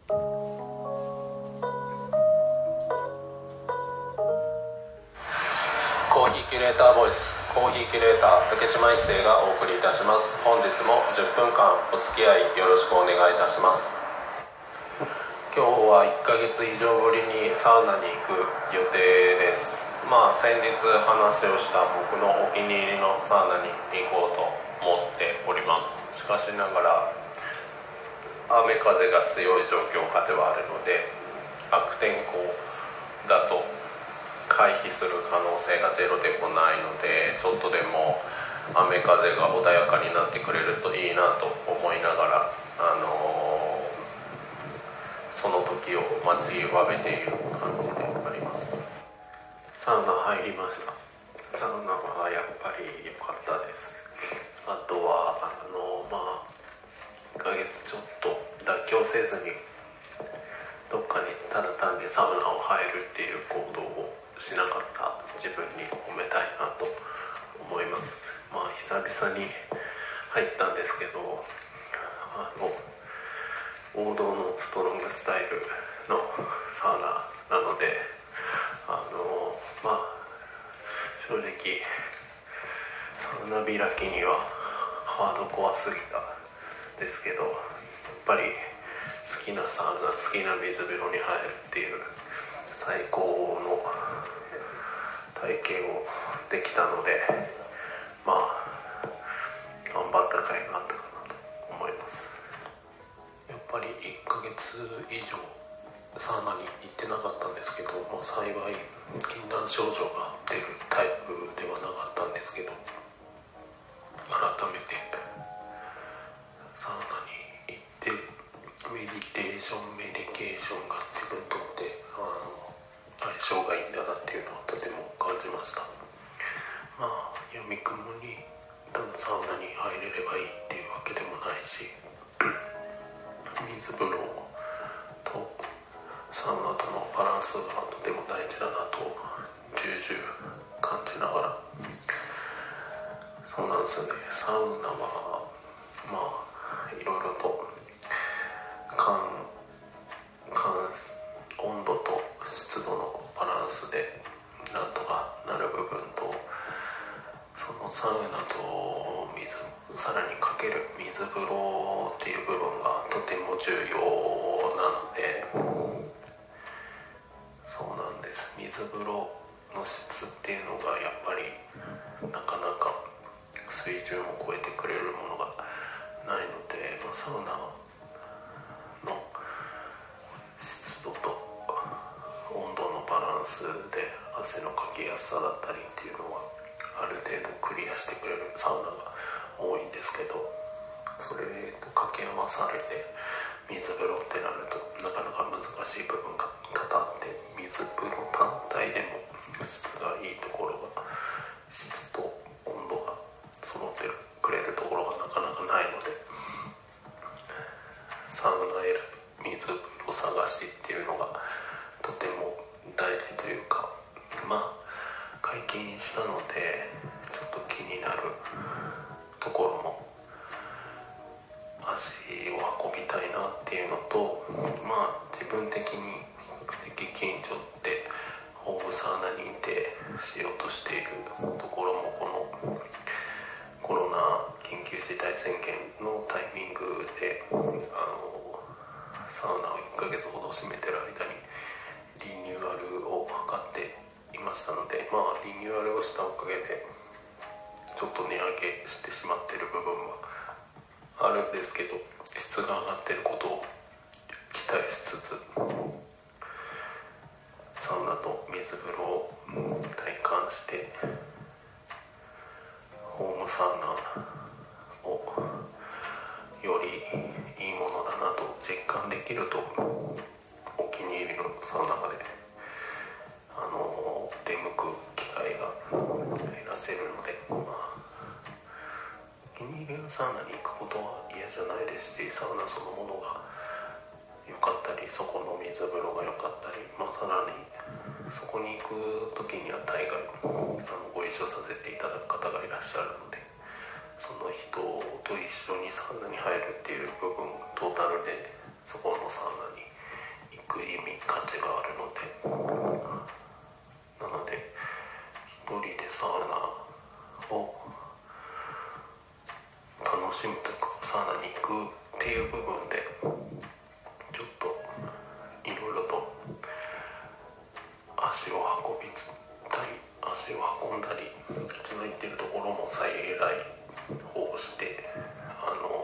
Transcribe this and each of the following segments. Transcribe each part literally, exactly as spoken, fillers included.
コーヒーキュレーターボイス、コーヒーキュレーター竹島一生がお送りいたします。本日もじゅっぷんかんお付き合いよろしくお願いいたします。今日はいっかげつ以上ぶりにサウナに行く予定です。まあ先日話をした僕のお気に入りのサウナに行こうと思っております。しかしながら雨風が強い状況下ではあるので、悪天候だと回避する可能性がゼロでもないので、ちょっとでも雨風が穏やかになってくれるといいなと思いながら、あのー、その時を待ちわびている感じであります。サウナ入りました。サウナはやっぱり良かったです。あとはあのー、まあいっかげつちょっと妥協せずにどっかにただ単にサウナを入るっていう行動をしなかった自分に褒めたいなと思います。まあ久々に入ったんですけど、あの王道のストロングスタイルのサウナなので、あのまあ正直サウナ開きにはハードコアすぎたですけど、やっぱり好きなサウナ、好きな水風呂に入るっていう最高の体験をできたので、まあ頑張った甲斐があったかなと思います。やっぱりいっかげつ以上サウナに行ってなかったんですけど、まあ、幸い禁断症状が出るタイプではなかったんですけど、改めてサウナに行ってメディテーションメディケーションが自分にとってあの相性がいいんだなっていうのをとても感じました。まあやみくもにただサウナに入れればいいっていうわけでもないし、水風呂とサウナとのバランスがとても大事だなと重々感じながら、そうなんですよね。サウナはまあいろいろと感感温度と湿度のバランスでなんとかなる部分と、そのサウナと水さらにかける水風呂っていう部分がとても重要なので、そうなんです。水風呂の質っていうのがやっぱりなかなか水準を超えてくれるものがないので、まあ、サウナの湿度と温度のバランスで汗のかきやすさだったりっていうのはある程度クリアしてくれるサウナが多いんですけど、それと掛け合わされて水風呂ってなるとなかなか難しい部分が多々あって、水風呂単体でも質がいいところが、質と温度が揃ってくれるところがなかなかないので、サウナ選び水風呂探しっていうのがとても大事というか、まあ解禁したのでちょっと気になるところも足を運びたいなっていうのと、まあ自分的に比較的近所でホームサウナ認定しようとしているところも、このコロナ緊急事態宣言のタイミングであのサウナをいっかげつほど閉めてる間にリニューアルを図っていましたので、まあリニューアルをしたおかげでちょっと値上げしてしまっている部分はあるんですけど、質が上がっていることを期待しつつサウナと水風呂を体感してホームサウナをよりいいものだなと実感できると、お気に入りのサウナまであの出向く機会が減らせるので、まあ、お気に入りのサウナに行くことは嫌じゃないですし、サウナそのものが良かったり、そこの水風呂が良かったり、まあ、さらにそこに行く時には大概あのご一緒させていただく方がいらっしゃるので、その人と一緒にサウナに入るっていう部分トータルでそこのサウナになので一人でサウナを楽しむというか、サウナに行くっていう部分でちょっといろいろと足を運びたり足を運んだり、うちの行ってるところも再来訪して、あの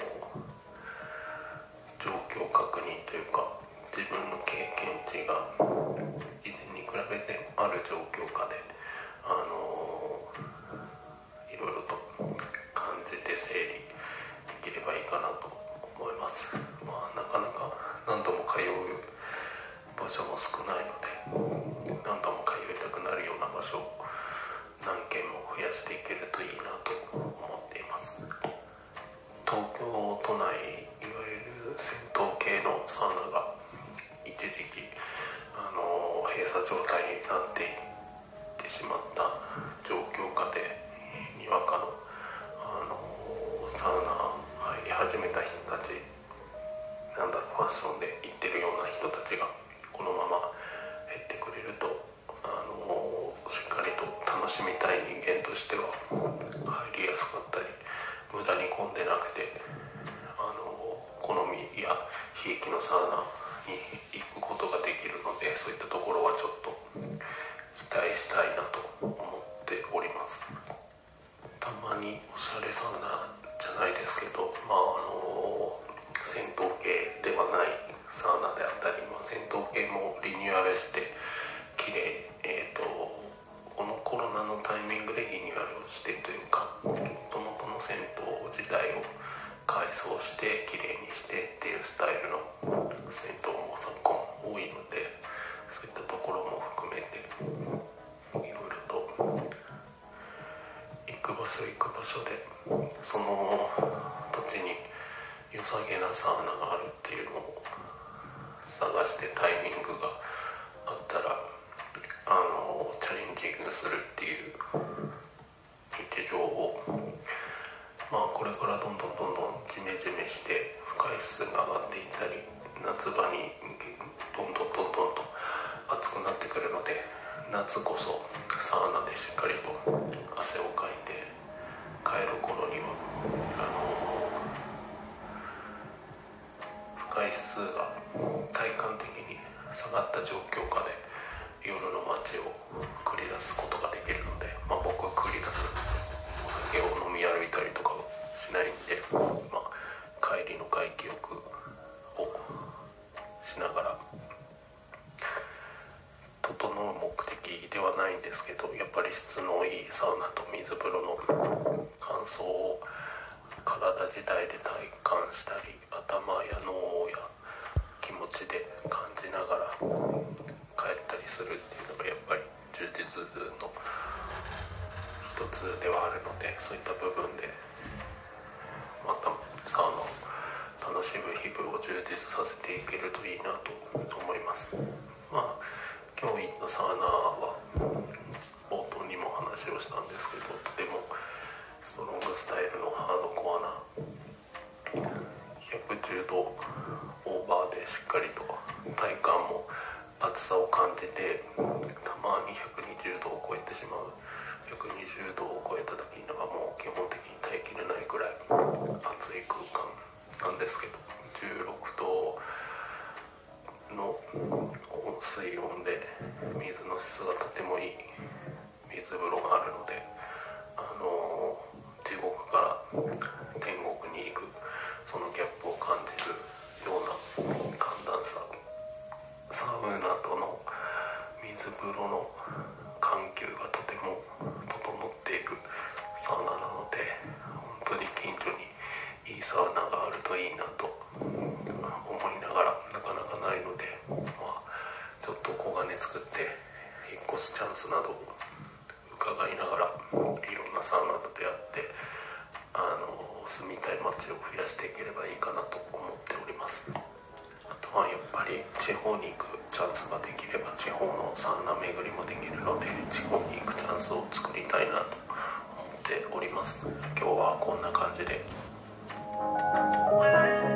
状況確認というか、自分の経験値が以前に比べてある状況下で、あのいろいろと感じて整理できればいいかなと思います。まあ、なかなか何度も通う場所も少ないので、何度も通いたくなるような場所を何軒も増やしていけるといいなと思っています。東京都内、いわゆる銭湯系のサウナが一時期あの閉鎖状態になっていってしまった状況下で、にわかの、あのサウナ入り始めた人たち、なんだろう、ファッションで行ってるような人たちがこのまま減ってくれると、あのしっかりと楽しみたい人間としては入りやすかったり、無駄に混んでなくて、あの好みやひいきのサウナに行くことができるので、そういったところはちょっと期待したいなと思っております。たまにおしゃれサウナじゃないですけど、まああの銭湯系ではないサウナであったり、まあ、銭湯系もリニューアルしてきれい、えーとこのコロナのタイミングでリニューアルをしてというか、もともとの銭湯自体を改装してきれいにしてっていうスタイルの銭湯も昨今多いので、そういったところも含めていろいろと行く場所行く場所でその土地に良さげなサウナがあるっていうのを探して、タイミングがあったらあのチャレンジングするっていう日常を、まあこれからどんどんどんどんジメジメして不快指数が上がっていったり、夏場にどんどんどんどんと暑くなってくるので、夏こそサウナでしっかりと汗をかいて帰る頃にはあの不快指数が体感的に下がった状況下で夜の街を繰り出すことができるので、まあ、僕は繰り出すお酒を飲み歩いたりとかはしないんで、まあ、帰りの外気浴をしながら整う目的ではないんですけど、やっぱり質のいいサウナと水風呂の乾燥を体自体で体感したり、頭や脳や気持ちで感じながら帰ったりするっていうのがやっぱり充実の一つではあるので、そういった部分でまたサウナを楽しむ日々を充実させていけるといいなと思います。まあ今日行ったサウナは冒頭にも話をしたんですけど、とてもストロングスタイルのハードコアなひゃくじゅうどオーバーでしっかりと体感も暑さを感じて、たまにひゃくにじゅうどを超えてしまう、ひゃくにじゅうどを超えた時にはもう基本的に耐えきれないくらい暑い空間なんですけど、じゅうろくどの水温で水の質がとてもいい水風呂があるので、あの地獄から天国に行くそのギャップを感じるような寒暖差、サウナとの水風呂の緩急がとても整っているサウナなので、本当に近所にいいサウナがあるといいなと思いながら、なかなかないので、まあ、ちょっと小金作って引っ越すチャンスなどを伺いながらいろんなサウナと出会って、あの住みたい街を増やしていければいいかなと思っております。あとはやっぱり地方に行くチャンスができれば地方のサウナ巡りもできるので、地方に行くチャンスを作りたいなと思っております。今日はこんな感じで。